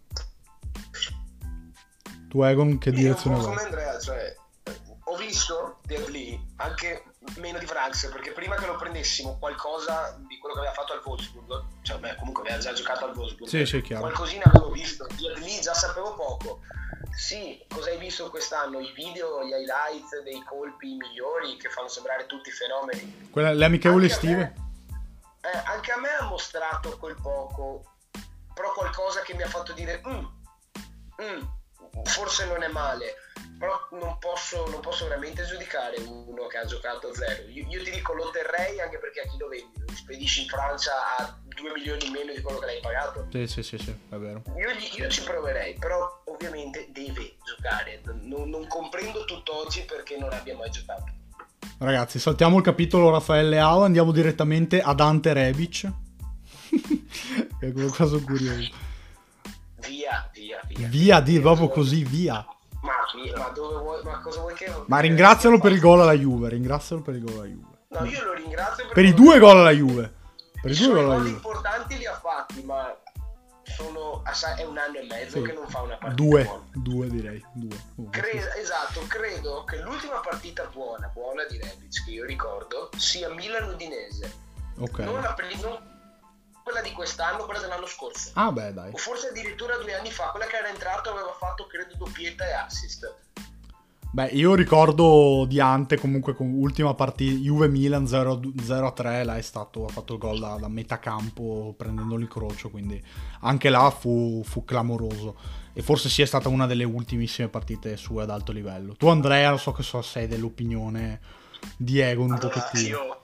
Speaker 1: Tu, Egon, che direzione
Speaker 2: vai? Come Andrea, cioè, ho visto di Adli anche meno di Vranks, perché prima che lo prendessimo qualcosa di quello che aveva fatto al Wolfsburg, cioè beh, comunque aveva già giocato al Wolfsburg,
Speaker 1: sì, sì, chiaro.
Speaker 2: Qualcosina avevo visto, di Adli già sapevo poco. Sì, cosa hai visto quest'anno? I video, gli highlights dei colpi migliori che fanno sembrare tutti fenomeni.
Speaker 1: Quella, le amichevoli estive?
Speaker 2: Eh, anche a me ha mostrato quel poco, però qualcosa che mi ha fatto dire mm, mm, forse non è male, però non posso, non posso veramente giudicare uno che ha giocato a zero. Io, io ti dico, lo terrei, anche perché a chi lo vendi? Lo spedisci in Francia a due milioni in meno di quello che l'hai pagato?
Speaker 1: Sì, sì, sì, sì, è vero.
Speaker 2: Io, io ci proverei, però ovviamente deve giocare. Non, non comprendo tutt'oggi perché non abbia mai giocato.
Speaker 1: Ragazzi, saltiamo il capitolo Raffaele Leao, andiamo direttamente ad Ante Rebic. È un caso curioso.
Speaker 2: Via, via, via.
Speaker 1: Via, di proprio così, via.
Speaker 2: Ma, ma dove vuoi, ma cosa vuoi che...
Speaker 1: Ma ringrazialo per il gol alla Juve, ringrazialo per il gol alla Juve.
Speaker 2: No, io lo ringrazio
Speaker 1: per i due gol alla Juve. Per i due gol alla Juve.
Speaker 2: importanti li ha fatti, ma sono è un anno e mezzo, sì, che non fa una partita
Speaker 1: due,
Speaker 2: buona.
Speaker 1: Due direi, due. Uh,
Speaker 2: Cre- esatto, credo che l'ultima partita buona, buona di Rebic, che io ricordo, sia Milan-Udinese.
Speaker 1: Ok.
Speaker 2: Non la pre- non quella di quest'anno, quella dell'anno scorso.
Speaker 1: Ah beh, dai.
Speaker 2: O forse addirittura due anni fa, quella che era entrato aveva fatto credo doppietta e assist.
Speaker 1: Beh, io ricordo di Ante comunque con ultima partita Juve-Milan zero a tre, là è stato, ha fatto il gol da, da metà campo prendendo l'incrocio, quindi anche là fu, fu clamoroso e forse sia stata una delle ultimissime partite sue ad alto livello. Tu Andrea, lo so che so sei dell'opinione di Egon un
Speaker 3: allora,
Speaker 1: pochettino.
Speaker 3: Io...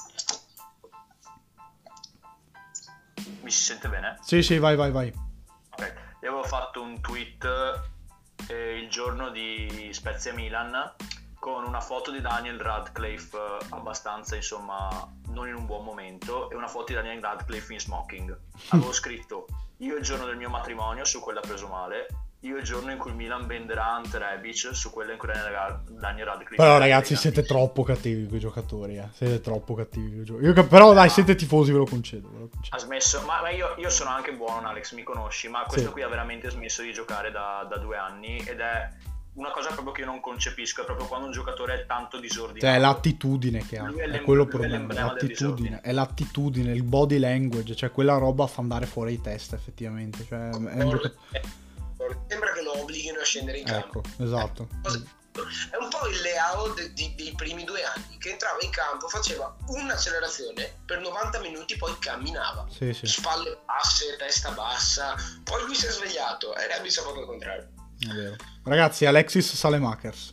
Speaker 3: Mi si sente bene?
Speaker 1: Sì, sì, vai, vai, vai.
Speaker 3: Ok, io avevo fatto un tweet eh, il giorno di Spezia Milan con una foto di Daniel Radcliffe eh, abbastanza, insomma, non in un buon momento, e una foto di Daniel Radcliffe in smoking. Avevo scritto: io il giorno del mio matrimonio, su quella preso male; io il giorno in cui il Milan venderà Ante Rebic, su quella in cui Daniel Radcliffe.
Speaker 1: Però ragazzi, siete troppo cattivi con i giocatori, eh. Siete troppo cattivi con i giocatori. Io, però dai, siete tifosi, ve lo concedo, ve lo concedo.
Speaker 3: Ha smesso, ma, ma io, io sono anche buono, Alex, mi conosci, ma questo
Speaker 1: sì.
Speaker 3: qui ha veramente smesso di giocare da, da due anni, ed è una cosa proprio che io non concepisco, è proprio quando un giocatore è tanto disordinato.
Speaker 1: Cioè è l'attitudine che ha, è, è quello il problema, l'attitudine, è l'attitudine, il body language, cioè quella roba fa andare fuori di testa effettivamente, cioè, è un giocatore...
Speaker 2: Sembra che lo obblighino a scendere in campo.
Speaker 1: Ecco, esatto.
Speaker 2: È un po' il Leao de, de, dei primi due anni, che entrava in campo, faceva un'accelerazione per novanta minuti, poi camminava.
Speaker 1: Sì, sì.
Speaker 2: Spalle basse, testa bassa. Poi lui si è svegliato e Rebic ha fatto il contrario.
Speaker 1: È vero. Ragazzi, Alexis Saelemaekers.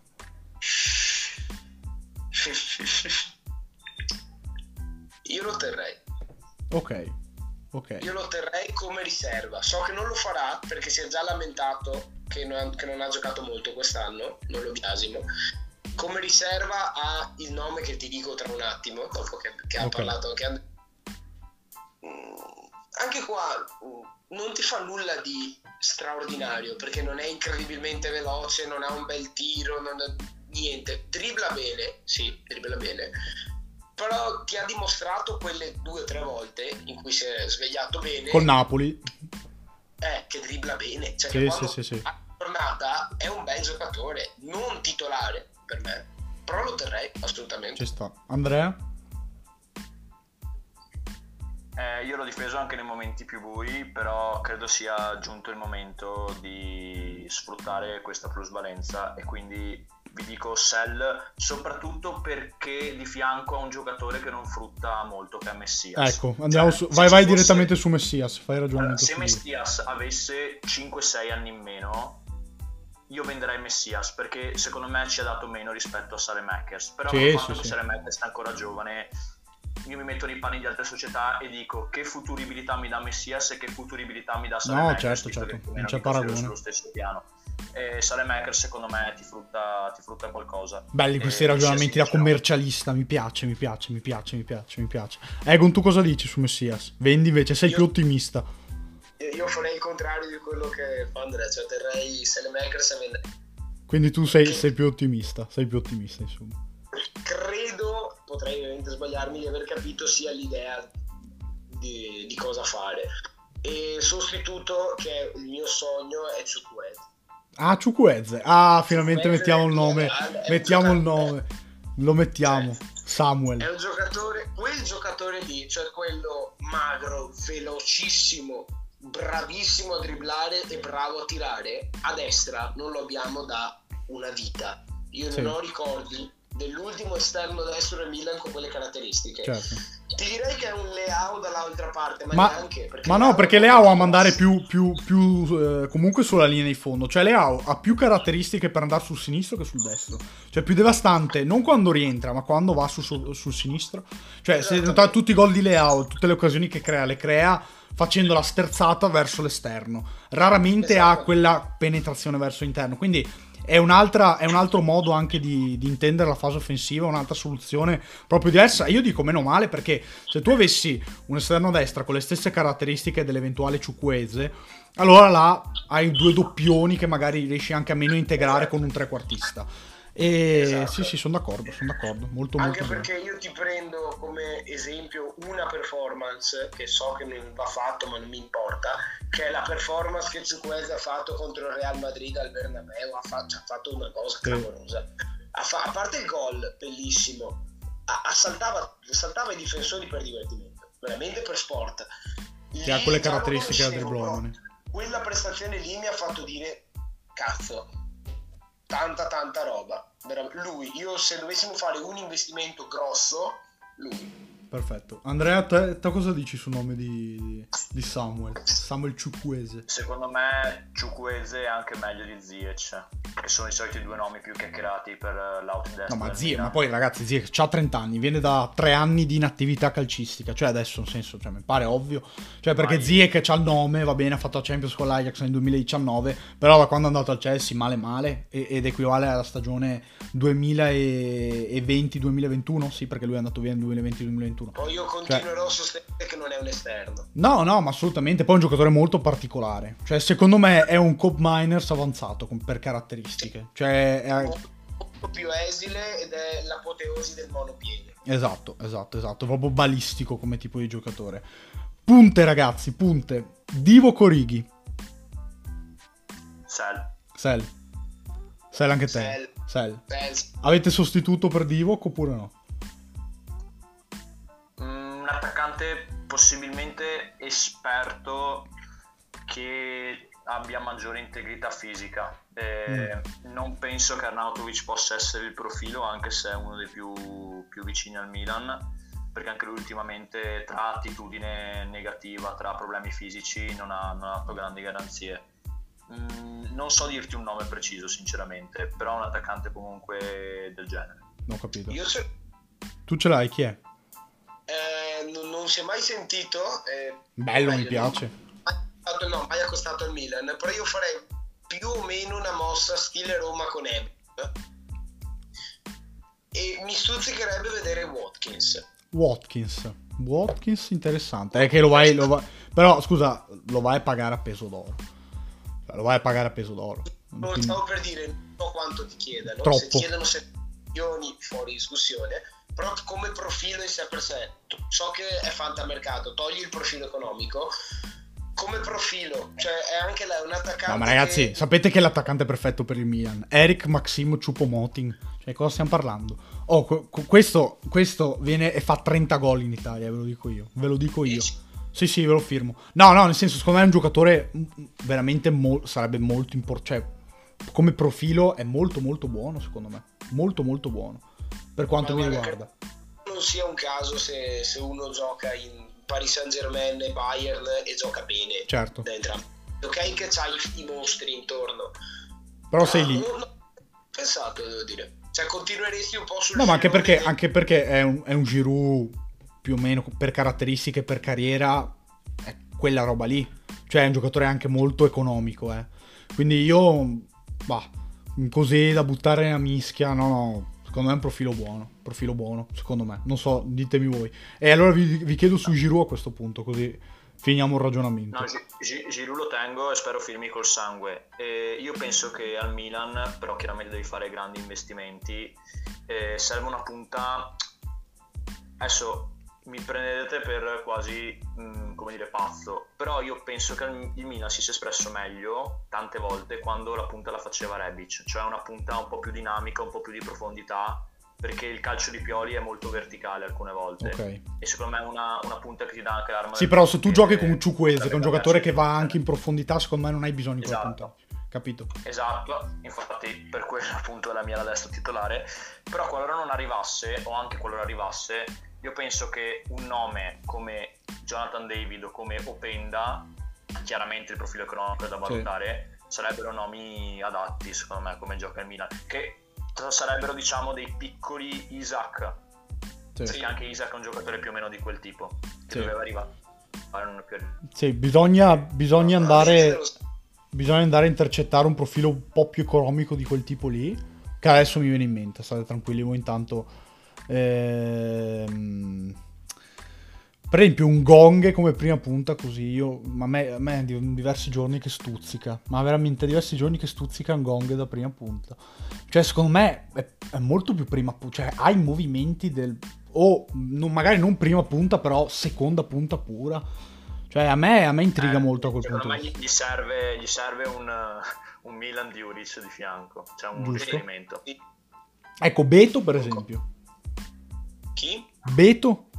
Speaker 2: Io lo terrei.
Speaker 1: Ok. Okay.
Speaker 2: Io lo terrei come riserva. So che non lo farà perché si è già lamentato che non, che non ha giocato molto quest'anno, non lo biasimo. Come riserva ha il nome che ti dico tra un attimo, dopo che, che ha okay. parlato anche And- anche qua non ti fa nulla di straordinario, perché non è incredibilmente veloce, non ha un bel tiro, non ha niente. Dribbla bene, sì, dribbla bene, però ti ha dimostrato quelle due o tre volte in cui si è svegliato bene
Speaker 1: con Napoli,
Speaker 2: eh, che dribbla bene, cioè
Speaker 1: sì,
Speaker 2: che quando
Speaker 1: sì, sì, sì.
Speaker 2: a giornata è un bel giocatore, non titolare per me, però lo terrei assolutamente.
Speaker 1: Ci sta. Andrea?
Speaker 3: Eh, io l'ho difeso anche nei momenti più bui, però credo sia giunto il momento di sfruttare questa plusvalenza, e quindi vi dico sell, soprattutto perché di fianco a un giocatore che non frutta molto, che è Messias.
Speaker 1: Ecco, andiamo
Speaker 3: cioè,
Speaker 1: su, vai vai
Speaker 3: fosse,
Speaker 1: direttamente su Messias, fai ragionamento.
Speaker 3: Se Messias avesse cinque sei anni in meno, io venderei Messias, perché secondo me ci ha dato meno rispetto a Saelemaekers, però
Speaker 1: sì,
Speaker 3: il fatto
Speaker 1: sì,
Speaker 3: che
Speaker 1: sì.
Speaker 3: Saelemaekers è ancora giovane, io mi metto nei panni di altre società e dico: che futuribilità mi dà Messias e che futuribilità mi dà Saelemaekers?
Speaker 1: No, certo, certo, non c'è paragone.
Speaker 3: Sullo stesso piano. E Saelemaekers secondo me ti frutta, ti frutta qualcosa.
Speaker 1: Belli questi
Speaker 3: e
Speaker 1: ragionamenti da commercialista, mi piace, mi piace, mi piace, mi piace, mi piace. Egon, tu cosa dici su Messias? Vendi invece, sei io, più ottimista.
Speaker 2: Io farei il contrario di quello che fa Andrea, cioè terrei Saelemaekers e venderei.
Speaker 1: Quindi tu sei, sei più ottimista, sei più ottimista insomma.
Speaker 2: Credo, potrei ovviamente sbagliarmi, di aver capito sia l'idea di, di cosa fare. E il sostituto, che è il mio sogno, è Chukwueze.
Speaker 1: Ah, Chukwueze. Ah, finalmente Chukwueze mettiamo il nome. Mettiamo il nome. Lo mettiamo.
Speaker 2: Cioè,
Speaker 1: Samuel.
Speaker 2: È un giocatore, quel giocatore lì, cioè quello magro, velocissimo, bravissimo a dribblare e bravo a tirare, a destra non lo abbiamo da una vita. Io
Speaker 1: sì.
Speaker 2: non ho ricordi dell'ultimo esterno destro del Milan con quelle caratteristiche.
Speaker 1: Certo.
Speaker 2: Ti direi che è un Leao dall'altra parte, ma,
Speaker 1: ma
Speaker 2: neanche perché
Speaker 1: ma no, perché Leao ama andare più, più, più eh, comunque sulla linea di fondo. Cioè Leao ha più caratteristiche per andare sul sinistro che sul destro. Cioè più devastante non quando rientra, ma quando va su, su, sul sinistro. Cioè se notate tutti i gol di Leao, tutte le occasioni che crea, le crea facendo la sterzata verso l'esterno. Raramente esatto. ha quella penetrazione verso l'interno. Quindi è, un'altra, è un altro modo anche di, di intendere la fase offensiva, un'altra soluzione proprio diversa. Io dico meno male, perché se tu avessi un esterno destra con le stesse caratteristiche dell'eventuale Chukwueze, allora là hai due doppioni che magari riesci anche a meno integrare con un trequartista. E esatto. sì, sì, sono d'accordo, sono d'accordo. Molto,
Speaker 2: anche
Speaker 1: molto
Speaker 2: perché
Speaker 1: bene.
Speaker 2: Io ti prendo come esempio una performance che so che non va fatto, ma non mi importa, che è la performance che Chukwueze ha fatto contro il Real Madrid al Bernabeu. Ha fatto, ha fatto una cosa clamorosa. A, fa, a parte il gol bellissimo, assaltava, assaltava i difensori per divertimento, veramente per sport.
Speaker 1: Che ha quelle caratteristiche da dribblone.
Speaker 2: Quella prestazione lì mi ha fatto dire: cazzo, tanta tanta roba. Lui, io se dovessimo fare un investimento grosso, lui.
Speaker 1: Perfetto. Andrea, te, te cosa dici sul nome di, di Samuel? Samuel Chukwueze.
Speaker 3: Secondo me Chukwueze è anche meglio di Ziyech, che sono i soliti due nomi più chiacchierati per l'out destra.
Speaker 1: No, ma Ziyech, ma poi ragazzi, Ziyech ha trenta anni, viene da tre anni di inattività calcistica, cioè adesso, nel senso, cioè mi pare ovvio, cioè perché Ziyech c'ha il nome, va bene, ha fatto la Champions con l'Ajax nel duemiladiciannove, però da quando è andato al Chelsea male male, ed equivale alla stagione duemilaventi duemilaventuno, sì, perché lui è andato via nel duemilaventi duemilaventuno.
Speaker 2: Poi io continuerò cioè, a sostenere che non è un esterno.
Speaker 1: No, no, ma assolutamente. Poi è un giocatore molto particolare. Cioè, secondo me è un Cobb Miners avanzato con, per caratteristiche. Sì. Cioè, è
Speaker 2: molto più esile ed è l'apoteosi del monopiede.
Speaker 1: Esatto, esatto, esatto. Proprio balistico come tipo di giocatore. Punte, ragazzi, punte. Divock Origi.
Speaker 3: Sel.
Speaker 1: Sel. Sel anche te.
Speaker 2: Sel.
Speaker 1: Sel.
Speaker 2: Sel.
Speaker 1: Avete sostituto per Divock oppure no?
Speaker 3: Un attaccante possibilmente esperto che abbia maggiore integrità fisica. Eh, mm. Non penso che Arnautovic possa essere il profilo, anche se è uno dei più, più vicini al Milan, perché anche lui ultimamente tra attitudine negativa, tra problemi fisici non ha, non ha dato grandi garanzie. Mm, non so dirti un nome preciso sinceramente, però un attaccante comunque del genere.
Speaker 1: Non ho capito.
Speaker 2: Io ce...
Speaker 1: Tu ce l'hai, chi è?
Speaker 2: Eh, non, non si è mai sentito. Eh,
Speaker 1: Bello,
Speaker 2: meglio,
Speaker 1: mi piace.
Speaker 2: No, no, mai accostato al Milan. Però io farei più o meno una mossa stile Roma con Ebert. E mi stuzzicherebbe vedere Watkins.
Speaker 1: Watkins. Watkins interessante. È che lo vai, lo vai... Però scusa, lo vai a pagare a peso d'oro. Lo vai a pagare a peso d'oro.
Speaker 2: Non Quindi... stavo per dire, non so quanto ti chiedano.
Speaker 1: Troppo.
Speaker 2: Se ti chiedono sette milioni, fuori discussione. Però come profilo in sé per sé, so che è fantamercato, togli il profilo economico, come profilo, cioè è anche lei un attaccante.
Speaker 1: No, ma ragazzi,
Speaker 2: che...
Speaker 1: sapete che è l'attaccante perfetto per il Milan? Eric Maxim Choupo-Moting. Cioè, cosa stiamo parlando? Oh, questo, questo viene e fa trenta gol in Italia, ve lo dico io. Ve lo dico io. Sì, sì, ve lo firmo. No, no, nel senso, secondo me è un giocatore veramente mo- sarebbe molto importante. Cioè, come profilo è molto molto buono, secondo me. Molto molto buono. Per quanto ma mi riguarda.
Speaker 2: Non sia un caso se, se uno gioca in Paris Saint-Germain e Bayern e gioca bene.
Speaker 1: Certo.
Speaker 2: Da entrambi. Ok che c'hai i mostri intorno.
Speaker 1: Però sei lì.
Speaker 2: Non ho pensato, devo dire. Cioè continueresti un po' sul
Speaker 1: No, ma anche perché, anche perché è un, è un Giroud più o meno per caratteristiche, per carriera, è quella roba lì. Cioè è un giocatore anche molto economico, eh. Quindi io, bah, così da buttare nella mischia, no, no. Secondo me è un profilo buono, profilo buono, secondo me. Non so, ditemi voi. E allora vi, vi chiedo su Giroud a questo punto, così finiamo il ragionamento.
Speaker 3: No, G- Giroud lo tengo e spero firmi col sangue. E io penso che al Milan, però chiaramente devi fare grandi investimenti, eh, serve una punta... Adesso mi prendete per quasi, mh, come dire, pazzo, però io penso che il Milan si sia espresso meglio tante volte quando la punta la faceva Rebic, cioè una punta un po' più dinamica, un po' più di profondità, perché il calcio di Pioli è molto verticale alcune volte,
Speaker 1: okay.
Speaker 3: E secondo me è una, una punta che ti dà anche l'arma.
Speaker 1: Sì, però se tu giochi con Chukwueze, che è un giocatore che va anche in profondità, secondo me non hai bisogno di quella
Speaker 3: esatto.
Speaker 1: punta. Capito?
Speaker 3: Esatto, infatti per quello appunto è la mia la destra titolare, però qualora non arrivasse, o anche qualora arrivasse, io penso che un nome come Jonathan David o come Openda, chiaramente il profilo economico è da valutare, sì. Sarebbero nomi adatti secondo me come gioca il Milan, che sarebbero diciamo dei piccoli Isaac, sì. Perché anche Isaac è un giocatore più o meno di quel tipo, che sì. Doveva arrivare non più...
Speaker 1: Sì, bisogna, bisogna andare bisogna andare a intercettare un profilo un po' più economico di quel tipo lì, che adesso mi viene in mente, state tranquilli voi intanto. Ehm, per esempio un Gong come prima punta, così io ma a me, a me è di diversi giorni che stuzzica, ma veramente diversi giorni che stuzzica un Gong da prima punta, cioè secondo me è, è molto più prima punta, cioè ha i movimenti del o non, magari non prima punta però seconda punta pura, cioè a me, a me intriga eh, molto a quel punto.
Speaker 3: Secondo me gli serve, gli serve un, un Milan di Juric di fianco, cioè un riferimento.
Speaker 1: Ecco Beto per esempio.
Speaker 2: Chi?
Speaker 1: Beto?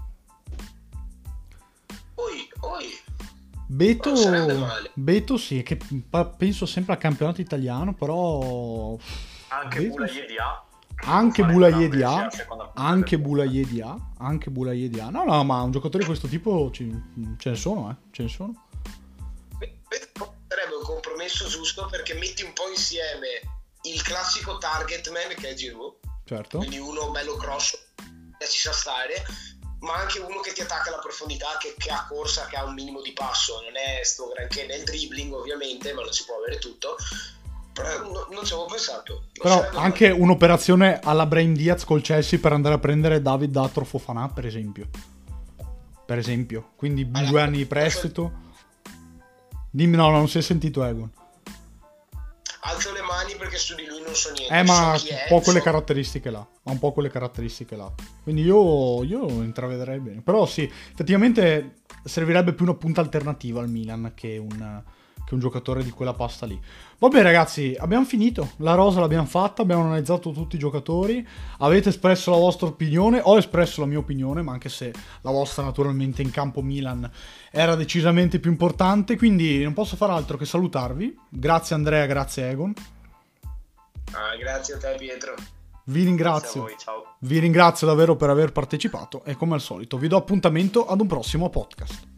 Speaker 2: Oi, oi.
Speaker 1: Beto, Beto sì, che penso sempre al campionato italiano, però
Speaker 3: Anche Boulaye Dia.
Speaker 1: Anche Boulaye Dia. Anche Boulaye Dia. Anche Boulaye Dia. No, no, ma un giocatore di questo tipo ci, ce ne sono, eh. Ce ne sono.
Speaker 2: Sarebbe un compromesso giusto, perché metti un po' insieme il classico target man che è Giroud.
Speaker 1: Certo.
Speaker 2: Quindi uno bello grosso, ci sa stare, ma anche uno che ti attacca alla profondità, che, che ha corsa, che ha un minimo di passo. Non è sto granché nel dribbling ovviamente, ma non si può avere tutto. Però no, non ci avevo pensato. Non
Speaker 1: Però anche mai. Un'operazione alla Brahim Diaz col Chelsea per andare a prendere David Datro Fofana, per esempio. Per esempio. Quindi allora, due anni di prestito. Dimmi, no, non si è sentito Egon.
Speaker 2: Alzo le mani perché su di lui non so niente.
Speaker 1: Eh, ma
Speaker 2: so
Speaker 1: un po'
Speaker 2: è,
Speaker 1: quelle
Speaker 2: so...
Speaker 1: caratteristiche là. Ha un po' quelle caratteristiche là. Quindi io, io intravederei bene. Però sì, effettivamente servirebbe più una punta alternativa al Milan che un, che un giocatore di quella pasta lì. Vabbè ragazzi, abbiamo finito. La rosa l'abbiamo fatta, abbiamo analizzato tutti i giocatori. Avete espresso la vostra opinione, ho espresso la mia opinione, ma anche se la vostra naturalmente in campo Milan era decisamente più importante. Quindi non posso far altro che salutarvi. Grazie Andrea, grazie Egon.
Speaker 2: Ah, grazie a te Pietro.
Speaker 1: Vi ringrazio.
Speaker 3: Voi, ciao.
Speaker 1: Vi ringrazio davvero per aver partecipato e come al solito vi do appuntamento ad un prossimo podcast.